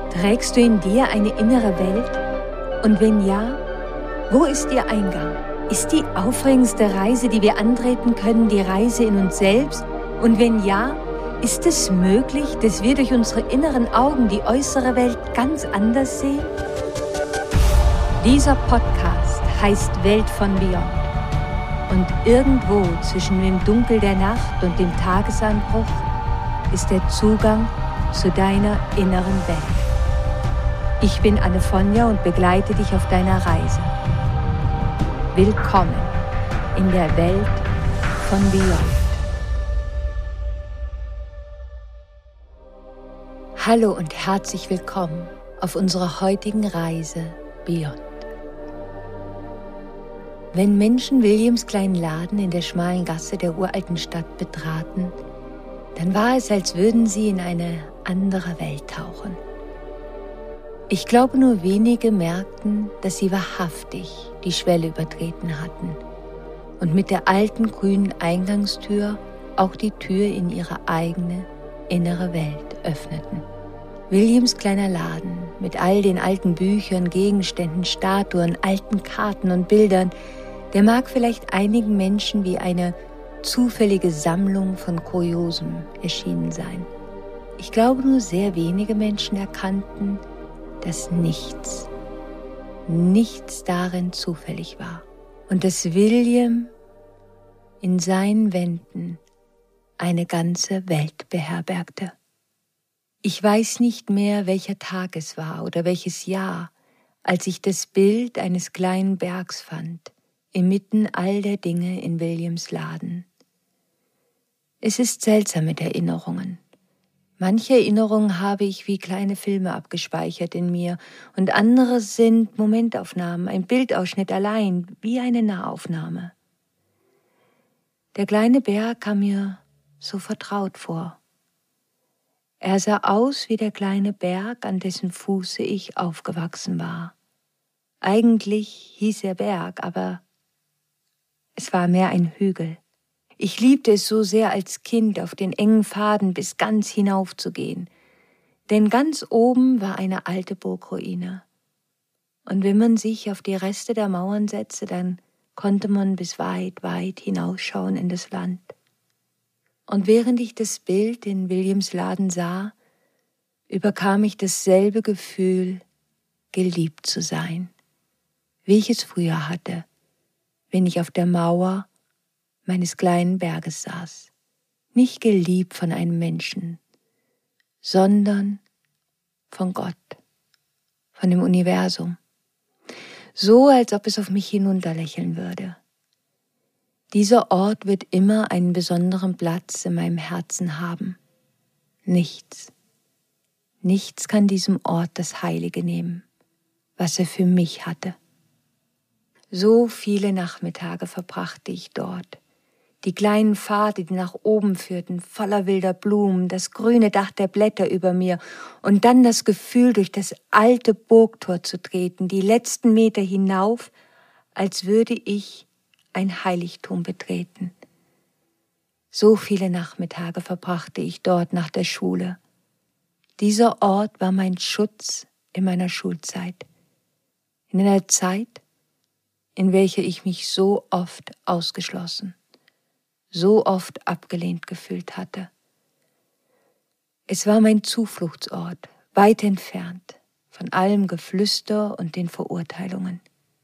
Trägst du in dir eine innere Welt? Und wenn ja, wo ist ihr Eingang? Ist die aufregendste Reise, die wir antreten können, die Reise in uns selbst? Und wenn ja, ist es möglich, dass wir durch unsere inneren Augen die äußere Welt ganz anders sehen? Dieser Podcast heißt Welt von Beyond. Und irgendwo zwischen dem Dunkel der Nacht und dem Tagesanbruch ist der Zugang zu deiner inneren Welt. Ich bin Anne-Fonja und begleite dich auf deiner Reise. Willkommen in der Welt von Beyond. Hallo und herzlich willkommen auf unserer heutigen Reise Beyond. Wenn Menschen Williams kleinen Laden in der schmalen Gasse der uralten Stadt betraten, dann war es, als würden sie in eine andere Welt tauchen. Ich glaube, nur wenige merkten, dass sie wahrhaftig die Schwelle übertreten hatten und mit der alten grünen Eingangstür auch die Tür in ihre eigene innere Welt öffneten. Williams kleiner Laden mit all den alten Büchern, Gegenständen, Statuen, alten Karten und Bildern, der mag vielleicht einigen Menschen wie eine zufällige Sammlung von Kuriosum erschienen sein. Ich glaube, nur sehr wenige Menschen erkannten, dass nichts darin zufällig war und dass William in seinen Wänden eine ganze Welt beherbergte. Ich weiß nicht mehr, welcher Tag es war oder welches Jahr, als ich das Bild eines kleinen Bergs fand, inmitten all der Dinge in Williams Laden. Es ist seltsam mit Erinnerungen. Manche Erinnerungen habe ich wie kleine Filme abgespeichert in mir und andere sind Momentaufnahmen, ein Bildausschnitt allein, wie eine Nahaufnahme. Der kleine Berg kam mir so vertraut vor. Er sah aus wie der kleine Berg, an dessen Fuße ich aufgewachsen war. Eigentlich hieß er Berg, aber es war mehr ein Hügel. Ich liebte es so sehr als Kind, auf den engen Pfaden bis ganz hinauf zu gehen. Denn ganz oben war eine alte Burgruine. Und wenn man sich auf die Reste der Mauern setzte, dann konnte man bis weit, weit hinausschauen in das Land. Und während ich das Bild in Williams Laden sah, überkam ich dasselbe Gefühl, geliebt zu sein, wie ich es früher hatte, wenn ich auf der Mauer meines kleinen Berges saß, nicht geliebt von einem Menschen, sondern von Gott, von dem Universum, so als ob es auf mich hinunterlächeln würde. Dieser Ort wird immer einen besonderen Platz in meinem Herzen haben. Nichts kann diesem Ort das Heilige nehmen, was er für mich hatte. So viele Nachmittage verbrachte ich dort. Die kleinen Pfade, die nach oben führten, voller wilder Blumen, das grüne Dach der Blätter über mir und dann das Gefühl, durch das alte Burgtor zu treten, die letzten Meter hinauf, als würde ich ein Heiligtum betreten. So viele Nachmittage verbrachte ich dort nach der Schule. Dieser Ort war mein Schutz in meiner Schulzeit, in einer Zeit, in welcher ich mich so oft ausgeschlossen, so oft abgelehnt gefühlt hatte. Es war mein Zufluchtsort, weit entfernt von allem Geflüster und den Verurteilungen.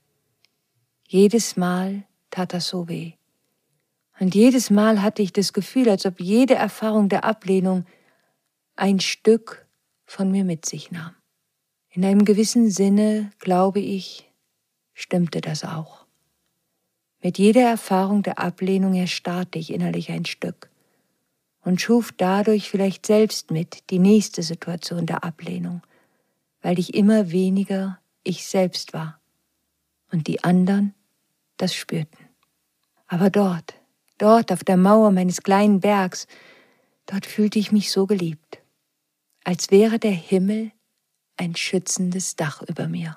Jedes Mal tat das so weh. Und jedes Mal hatte ich das Gefühl, als ob jede Erfahrung der Ablehnung ein Stück von mir mit sich nahm. In einem gewissen Sinne, glaube ich, stimmte das auch. Mit jeder Erfahrung der Ablehnung erstarrte ich innerlich ein Stück und schuf dadurch vielleicht selbst mit die nächste Situation der Ablehnung, weil ich immer weniger ich selbst war und die anderen das spürten. Aber dort auf der Mauer meines kleinen Bergs, dort fühlte ich mich so geliebt, als wäre der Himmel ein schützendes Dach über mir.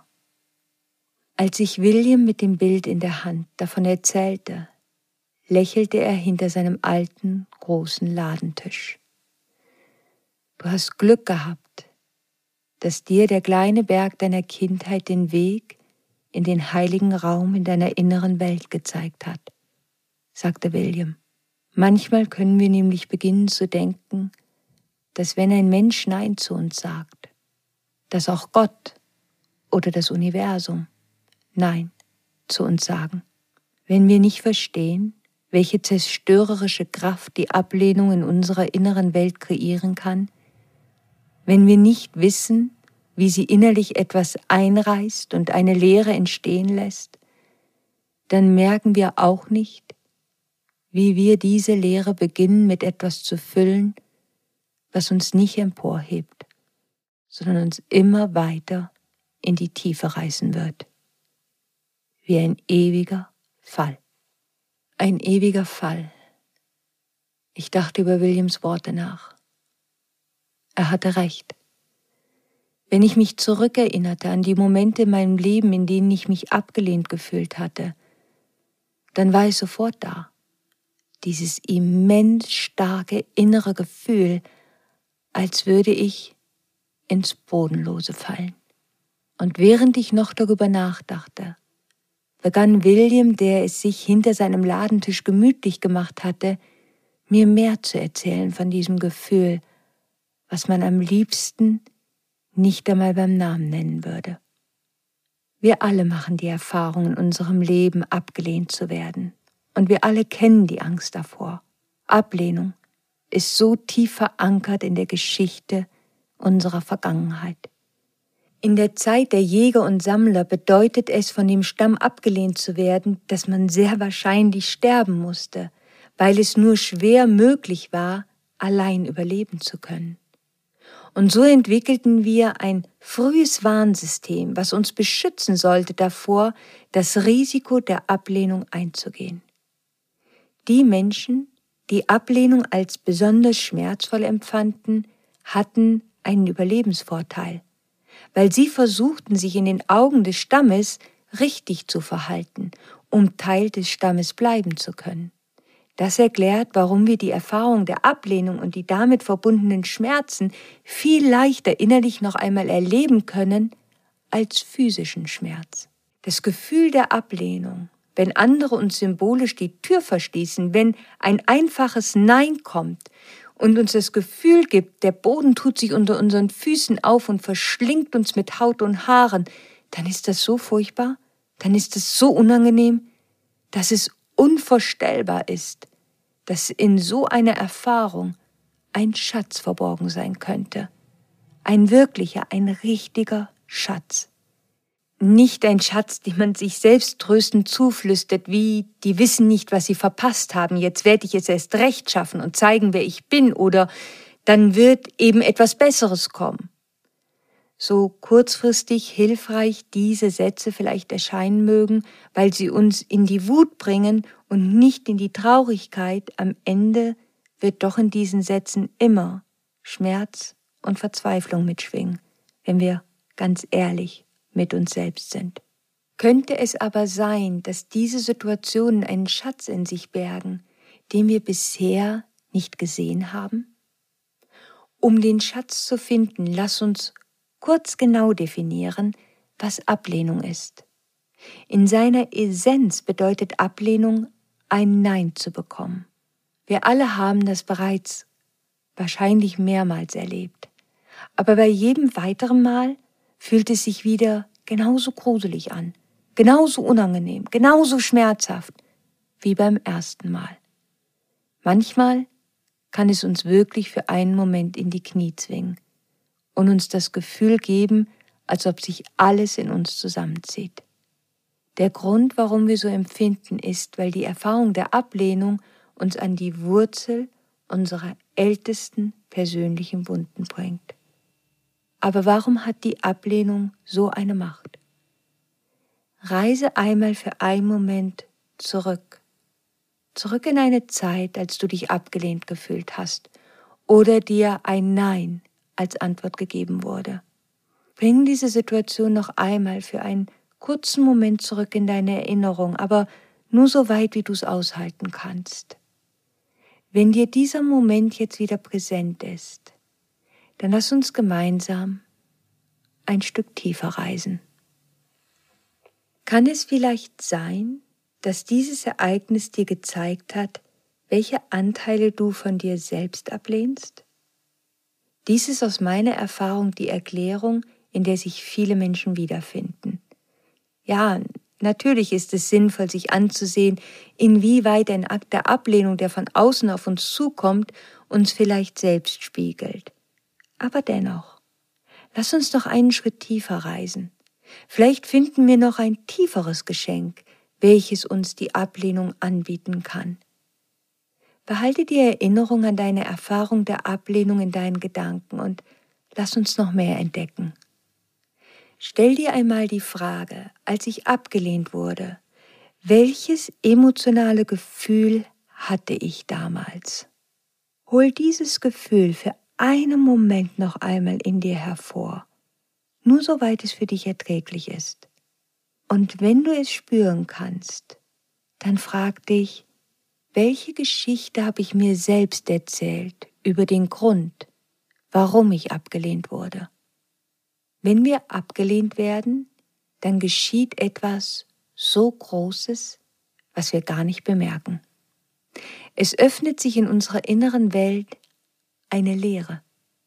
Als ich William mit dem Bild in der Hand davon erzählte, lächelte er hinter seinem alten, großen Ladentisch. Du hast Glück gehabt, dass dir der kleine Berg deiner Kindheit den Weg in den heiligen Raum in deiner inneren Welt gezeigt hat, sagte William. Manchmal können wir nämlich beginnen zu denken, dass wenn ein Mensch Nein zu uns sagt, dass auch Gott oder das Universum Nein zu uns sagen. Wenn wir nicht verstehen, welche zerstörerische Kraft die Ablehnung in unserer inneren Welt kreieren kann, wenn wir nicht wissen, wie sie innerlich etwas einreißt und eine Leere entstehen lässt, dann merken wir auch nicht, wie wir diese Leere beginnen mit etwas zu füllen, was uns nicht emporhebt, sondern uns immer weiter in die Tiefe reißen wird. Wie ein ewiger Fall. Ein ewiger Fall. Ich dachte über Williams Worte nach. Er hatte recht. Wenn ich mich zurückerinnerte an die Momente in meinem Leben, in denen ich mich abgelehnt gefühlt hatte, dann war es sofort da. Dieses immens starke innere Gefühl, als würde ich ins Bodenlose fallen. Und während ich noch darüber nachdachte, begann William, der es sich hinter seinem Ladentisch gemütlich gemacht hatte, mir mehr zu erzählen von diesem Gefühl, was man am liebsten nicht einmal beim Namen nennen würde. Wir alle machen die Erfahrung in unserem Leben, abgelehnt zu werden. Und wir alle kennen die Angst davor. Ablehnung ist so tief verankert in der Geschichte unserer Vergangenheit. In der Zeit der Jäger und Sammler bedeutet es, von dem Stamm abgelehnt zu werden, dass man sehr wahrscheinlich sterben musste, weil es nur schwer möglich war, allein überleben zu können. Und so entwickelten wir ein frühes Warnsystem, was uns beschützen sollte davor, das Risiko der Ablehnung einzugehen. Die Menschen, die Ablehnung als besonders schmerzvoll empfanden, hatten einen Überlebensvorteil, weil sie versuchten, sich in den Augen des Stammes richtig zu verhalten, um Teil des Stammes bleiben zu können. Das erklärt, warum wir die Erfahrung der Ablehnung und die damit verbundenen Schmerzen viel leichter innerlich noch einmal erleben können als physischen Schmerz. Das Gefühl der Ablehnung, wenn andere uns symbolisch die Tür verschließen, wenn ein einfaches Nein kommt und uns das Gefühl gibt, der Boden tut sich unter unseren Füßen auf und verschlingt uns mit Haut und Haaren, dann ist das so furchtbar, dann ist es so unangenehm, dass es unvorstellbar ist, dass in so einer Erfahrung ein Schatz verborgen sein könnte. Ein wirklicher, ein richtiger Schatz. Nicht ein Schatz, den man sich selbst tröstend zuflüstert, wie die wissen nicht, was sie verpasst haben, jetzt werde ich es erst recht schaffen und zeigen, wer ich bin, oder dann wird eben etwas Besseres kommen. So kurzfristig hilfreich diese Sätze vielleicht erscheinen mögen, weil sie uns in die Wut bringen und nicht in die Traurigkeit, am Ende wird doch in diesen Sätzen immer Schmerz und Verzweiflung mitschwingen, wenn wir ganz ehrlich mit uns selbst sind. Könnte es aber sein, dass diese Situationen einen Schatz in sich bergen, den wir bisher nicht gesehen haben? Um den Schatz zu finden, lass uns kurz genau definieren, was Ablehnung ist. In seiner Essenz bedeutet Ablehnung, ein Nein zu bekommen. Wir alle haben das bereits wahrscheinlich mehrmals erlebt. Aber bei jedem weiteren Mal fühlt es sich wieder genauso gruselig an, genauso unangenehm, genauso schmerzhaft wie beim ersten Mal. Manchmal kann es uns wirklich für einen Moment in die Knie zwingen und uns das Gefühl geben, als ob sich alles in uns zusammenzieht. Der Grund, warum wir so empfinden, ist, weil die Erfahrung der Ablehnung uns an die Wurzel unserer ältesten persönlichen Wunden bringt. Aber warum hat die Ablehnung so eine Macht? Reise einmal für einen Moment zurück in eine Zeit, als du dich abgelehnt gefühlt hast oder dir ein Nein als Antwort gegeben wurde. Bring diese Situation noch einmal für einen kurzen Moment zurück in deine Erinnerung, aber nur so weit, wie du es aushalten kannst. Wenn dir dieser Moment jetzt wieder präsent ist, dann lass uns gemeinsam ein Stück tiefer reisen. Kann es vielleicht sein, dass dieses Ereignis dir gezeigt hat, welche Anteile du von dir selbst ablehnst? Dies ist aus meiner Erfahrung die Erklärung, in der sich viele Menschen wiederfinden. Ja, natürlich ist es sinnvoll, sich anzusehen, inwieweit ein Akt der Ablehnung, der von außen auf uns zukommt, uns vielleicht selbst spiegelt. Aber dennoch, lass uns noch einen Schritt tiefer reisen. Vielleicht finden wir noch ein tieferes Geschenk, welches uns die Ablehnung anbieten kann. Behalte die Erinnerung an deine Erfahrung der Ablehnung in deinen Gedanken und lass uns noch mehr entdecken. Stell dir einmal die Frage, als ich abgelehnt wurde, welches emotionale Gefühl hatte ich damals? Hol dieses Gefühl für einen Moment noch einmal in dir hervor, nur soweit es für dich erträglich ist. Und wenn du es spüren kannst, dann frag dich, welche Geschichte habe ich mir selbst erzählt über den Grund, warum ich abgelehnt wurde? Wenn wir abgelehnt werden, dann geschieht etwas so Großes, was wir gar nicht bemerken. Es öffnet sich in unserer inneren Welt eine Leere.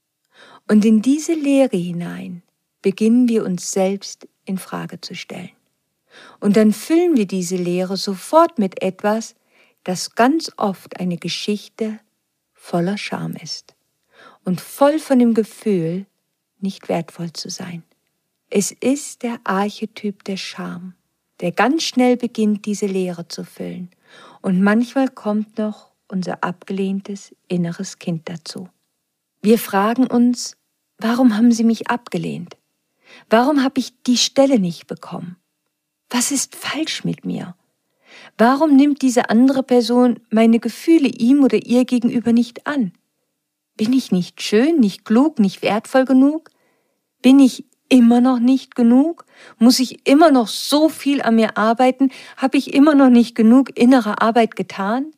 Und in diese Leere hinein beginnen wir uns selbst in Frage zu stellen. Und dann füllen wir diese Leere sofort mit etwas, das ganz oft eine Geschichte voller Scham ist und voll von dem Gefühl, nicht wertvoll zu sein. Es ist der Archetyp der Scham, der ganz schnell beginnt, diese Leere zu füllen. Und manchmal kommt noch unser abgelehntes inneres Kind dazu. Wir fragen uns, warum haben sie mich abgelehnt? Warum habe ich die Stelle nicht bekommen? Was ist falsch mit mir? Warum nimmt diese andere Person meine Gefühle ihm oder ihr gegenüber nicht an? Bin ich nicht schön, nicht klug, nicht wertvoll genug? Bin ich immer noch nicht genug? Muss ich immer noch so viel an mir arbeiten? Habe ich immer noch nicht genug innere Arbeit getan?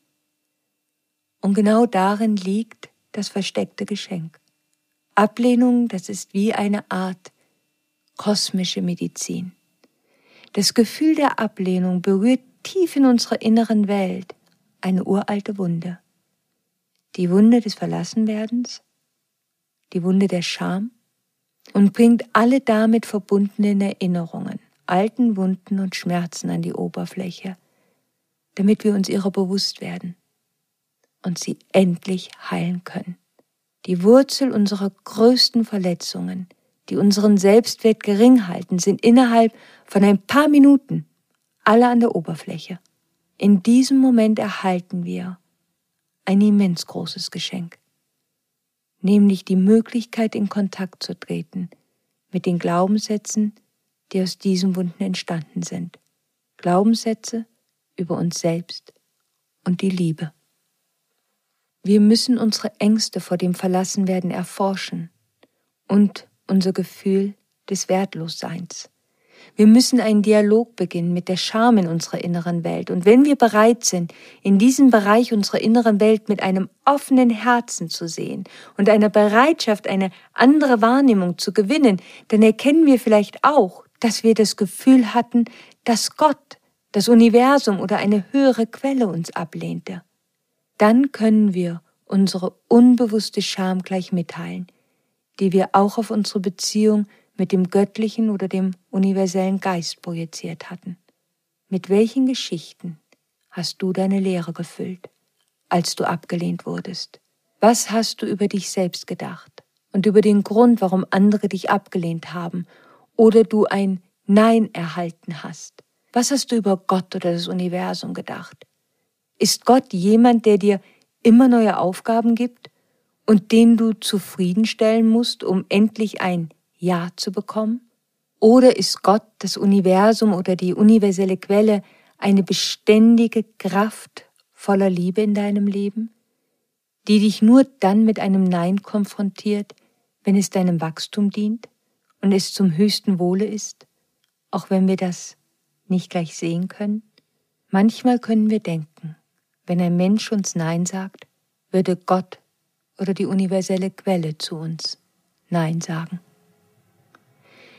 Und genau darin liegt das versteckte Geschenk. Ablehnung, das ist wie eine Art kosmische Medizin. Das Gefühl der Ablehnung berührt tief in unserer inneren Welt eine uralte Wunde. Die Wunde des Verlassenwerdens, die Wunde der Scham und bringt alle damit verbundenen Erinnerungen, alten Wunden und Schmerzen an die Oberfläche, damit wir uns ihrer bewusst werden und sie endlich heilen können. Die Wurzel unserer größten Verletzungen, die unseren Selbstwert gering halten, sind innerhalb von ein paar Minuten alle an der Oberfläche. In diesem Moment erhalten wir ein immens großes Geschenk, nämlich die Möglichkeit, in Kontakt zu treten mit den Glaubenssätzen, die aus diesen Wunden entstanden sind. Glaubenssätze über uns selbst und die Liebe. Wir müssen unsere Ängste vor dem Verlassenwerden erforschen und unser Gefühl des Wertlosseins. Wir müssen einen Dialog beginnen mit der Scham in unserer inneren Welt. Und wenn wir bereit sind, in diesem Bereich unserer inneren Welt mit einem offenen Herzen zu sehen und einer Bereitschaft, eine andere Wahrnehmung zu gewinnen, dann erkennen wir vielleicht auch, dass wir das Gefühl hatten, dass Gott, das Universum oder eine höhere Quelle uns ablehnte. Dann können wir unsere unbewusste Scham gleich mitteilen, die wir auch auf unsere Beziehung mit dem Göttlichen oder dem universellen Geist projiziert hatten. Mit welchen Geschichten hast du deine Leere gefüllt, als du abgelehnt wurdest? Was hast du über dich selbst gedacht und über den Grund, warum andere dich abgelehnt haben oder du ein Nein erhalten hast? Was hast du über Gott oder das Universum gedacht? Ist Gott jemand, der dir immer neue Aufgaben gibt und den du zufriedenstellen musst, um endlich ein Ja zu bekommen? Oder ist Gott, das Universum oder die universelle Quelle eine beständige Kraft voller Liebe in deinem Leben, die dich nur dann mit einem Nein konfrontiert, wenn es deinem Wachstum dient und es zum höchsten Wohle ist, auch wenn wir das nicht gleich sehen können? Manchmal können wir denken, wenn ein Mensch uns Nein sagt, würde Gott oder die universelle Quelle zu uns Nein sagen.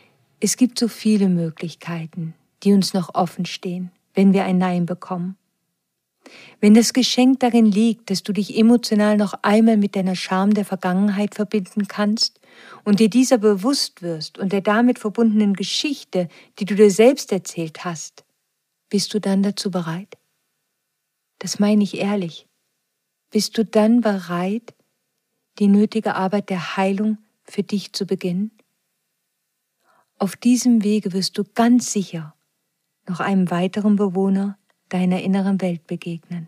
Es gibt so viele Möglichkeiten, die uns noch offen stehen, wenn wir ein Nein bekommen. Wenn das Geschenk darin liegt, dass du dich emotional noch einmal mit deiner Scham der Vergangenheit verbinden kannst und dir dieser bewusst wirst und der damit verbundenen Geschichte, die du dir selbst erzählt hast, bist du dann dazu bereit? Das meine ich ehrlich. Bist du dann bereit, die nötige Arbeit der Heilung für dich zu beginnen? Auf diesem Wege wirst du ganz sicher noch einem weiteren Bewohner deiner inneren Welt begegnen,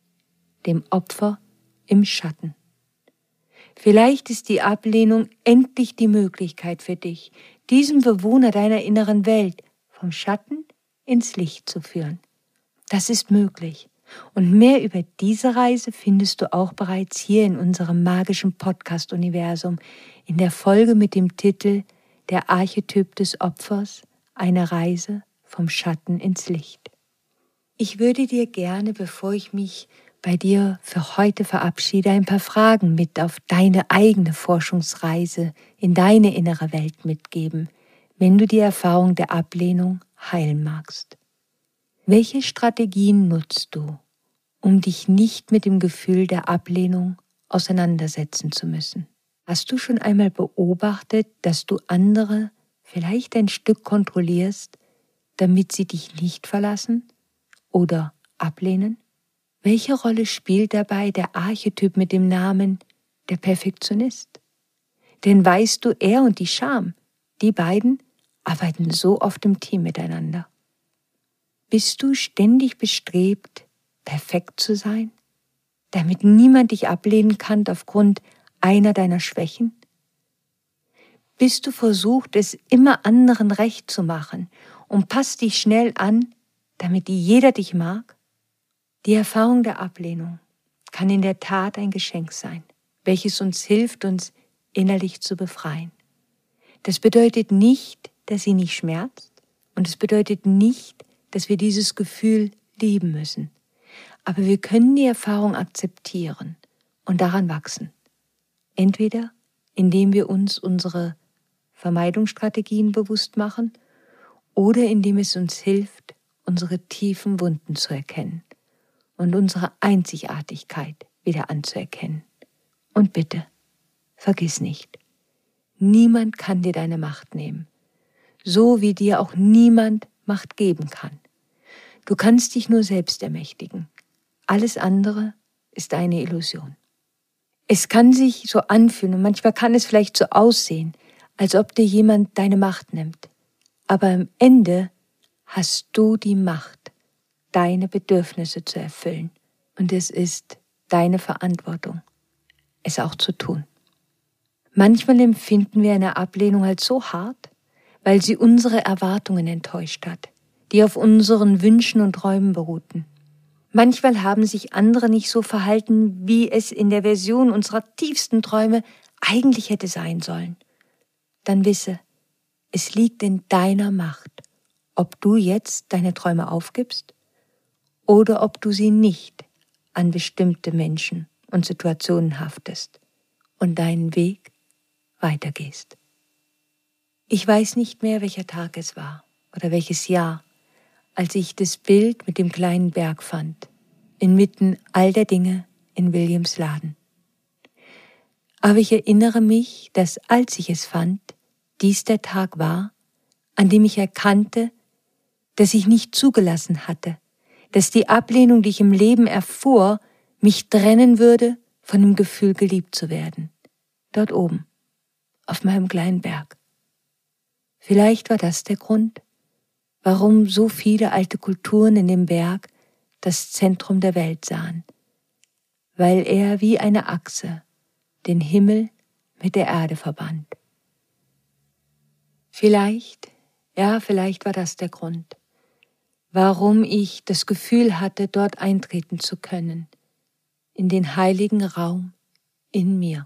dem Opfer im Schatten. Vielleicht ist die Ablehnung endlich die Möglichkeit für dich, diesen Bewohner deiner inneren Welt vom Schatten ins Licht zu führen. Das ist möglich. Und mehr über diese Reise findest du auch bereits hier in unserem magischen Podcast-Universum in der Folge mit dem Titel Der Archetyp des Opfers, eine Reise vom Schatten ins Licht. Ich würde dir gerne, bevor ich mich bei dir für heute verabschiede, ein paar Fragen mit auf deine eigene Forschungsreise in deine innere Welt mitgeben, wenn du die Erfahrung der Ablehnung heilen magst. Welche Strategien nutzt du, um dich nicht mit dem Gefühl der Ablehnung auseinandersetzen zu müssen? Hast du schon einmal beobachtet, dass du andere vielleicht ein Stück kontrollierst, damit sie dich nicht verlassen oder ablehnen? Welche Rolle spielt dabei der Archetyp mit dem Namen der Perfektionist? Denn weißt du, er und die Scham, die beiden arbeiten so oft im Team miteinander. Bist du ständig bestrebt, perfekt zu sein, damit niemand dich ablehnen kann aufgrund einer deiner Schwächen? Bist du versucht, es immer anderen recht zu machen und passt dich schnell an, damit jeder dich mag? Die Erfahrung der Ablehnung kann in der Tat ein Geschenk sein, welches uns hilft, uns innerlich zu befreien. Das bedeutet nicht, dass sie nicht schmerzt, und es bedeutet nicht, dass wir dieses Gefühl lieben müssen. Aber wir können die Erfahrung akzeptieren und daran wachsen. Entweder indem wir uns unsere Vermeidungsstrategien bewusst machen oder indem es uns hilft, unsere tiefen Wunden zu erkennen und unsere Einzigartigkeit wieder anzuerkennen. Und bitte, vergiss nicht, niemand kann dir deine Macht nehmen, so wie dir auch niemand Macht geben kann. Du kannst dich nur selbst ermächtigen. Alles andere ist eine Illusion. Es kann sich so anfühlen und manchmal kann es vielleicht so aussehen, als ob dir jemand deine Macht nimmt. Aber am Ende hast du die Macht, deine Bedürfnisse zu erfüllen. Und es ist deine Verantwortung, es auch zu tun. Manchmal empfinden wir eine Ablehnung als so hart, weil sie unsere Erwartungen enttäuscht hat, die auf unseren Wünschen und Träumen beruhten. Manchmal haben sich andere nicht so verhalten, wie es in der Version unserer tiefsten Träume eigentlich hätte sein sollen. Dann wisse, es liegt in deiner Macht, ob du jetzt deine Träume aufgibst oder ob du sie nicht an bestimmte Menschen und Situationen haftest und deinen Weg weitergehst. Ich weiß nicht mehr, welcher Tag es war oder welches Jahr, als ich das Bild mit dem kleinen Berg fand, inmitten all der Dinge in Williams Laden. Aber ich erinnere mich, dass als ich es fand, dies der Tag war, an dem ich erkannte, dass ich nicht zugelassen hatte, dass die Ablehnung, die ich im Leben erfuhr, mich trennen würde von dem Gefühl, geliebt zu werden. Dort oben, auf meinem kleinen Berg. Vielleicht war das der Grund, warum so viele alte Kulturen in dem Berg das Zentrum der Welt sahen, weil er wie eine Achse den Himmel mit der Erde verband. Vielleicht war das der Grund, warum ich das Gefühl hatte, dort eintreten zu können, in den heiligen Raum in mir.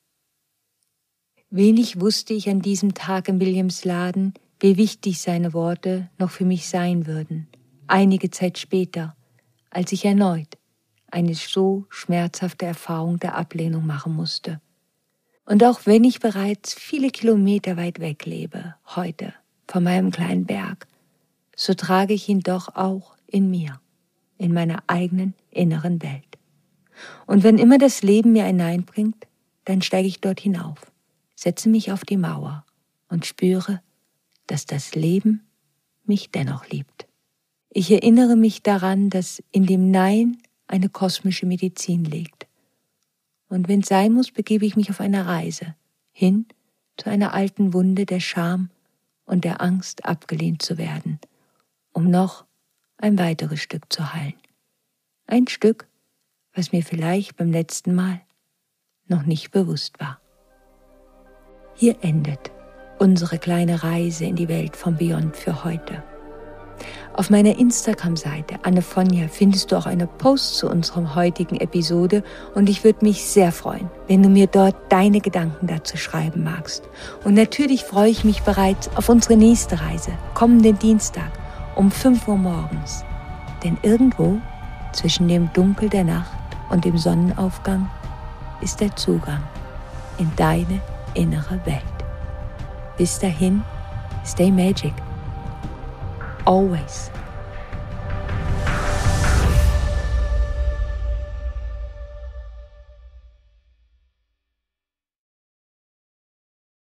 Wenig wusste ich an diesem Tag in Williams Laden, wie wichtig seine Worte noch für mich sein würden, einige Zeit später, als ich erneut eine so schmerzhafte Erfahrung der Ablehnung machen musste. Und auch wenn ich bereits viele Kilometer weit weg lebe, heute, von meinem kleinen Berg, so trage ich ihn doch auch in mir, in meiner eigenen inneren Welt. Und wenn immer das Leben mir hineinbringt, dann steige ich dort hinauf, setze mich auf die Mauer und spüre, dass das Leben mich dennoch liebt. Ich erinnere mich daran, dass in dem Nein eine kosmische Medizin liegt. Und wenn es sein muss, begebe ich mich auf eine Reise hin zu einer alten Wunde der Scham und der Angst, abgelehnt zu werden, um noch ein weiteres Stück zu heilen. Ein Stück, was mir vielleicht beim letzten Mal noch nicht bewusst war. Hier endet unsere kleine Reise in die Welt von Beyond für heute. Auf meiner Instagram-Seite Annefonja findest du auch eine Post zu unserer heutigen Episode und ich würde mich sehr freuen, wenn du mir dort deine Gedanken dazu schreiben magst. Und natürlich freue ich mich bereits auf unsere nächste Reise, kommenden Dienstag um 5 Uhr morgens. Denn irgendwo zwischen dem Dunkel der Nacht und dem Sonnenaufgang ist der Zugang in deine innere Welt. Bis dahin, stay magic. Always.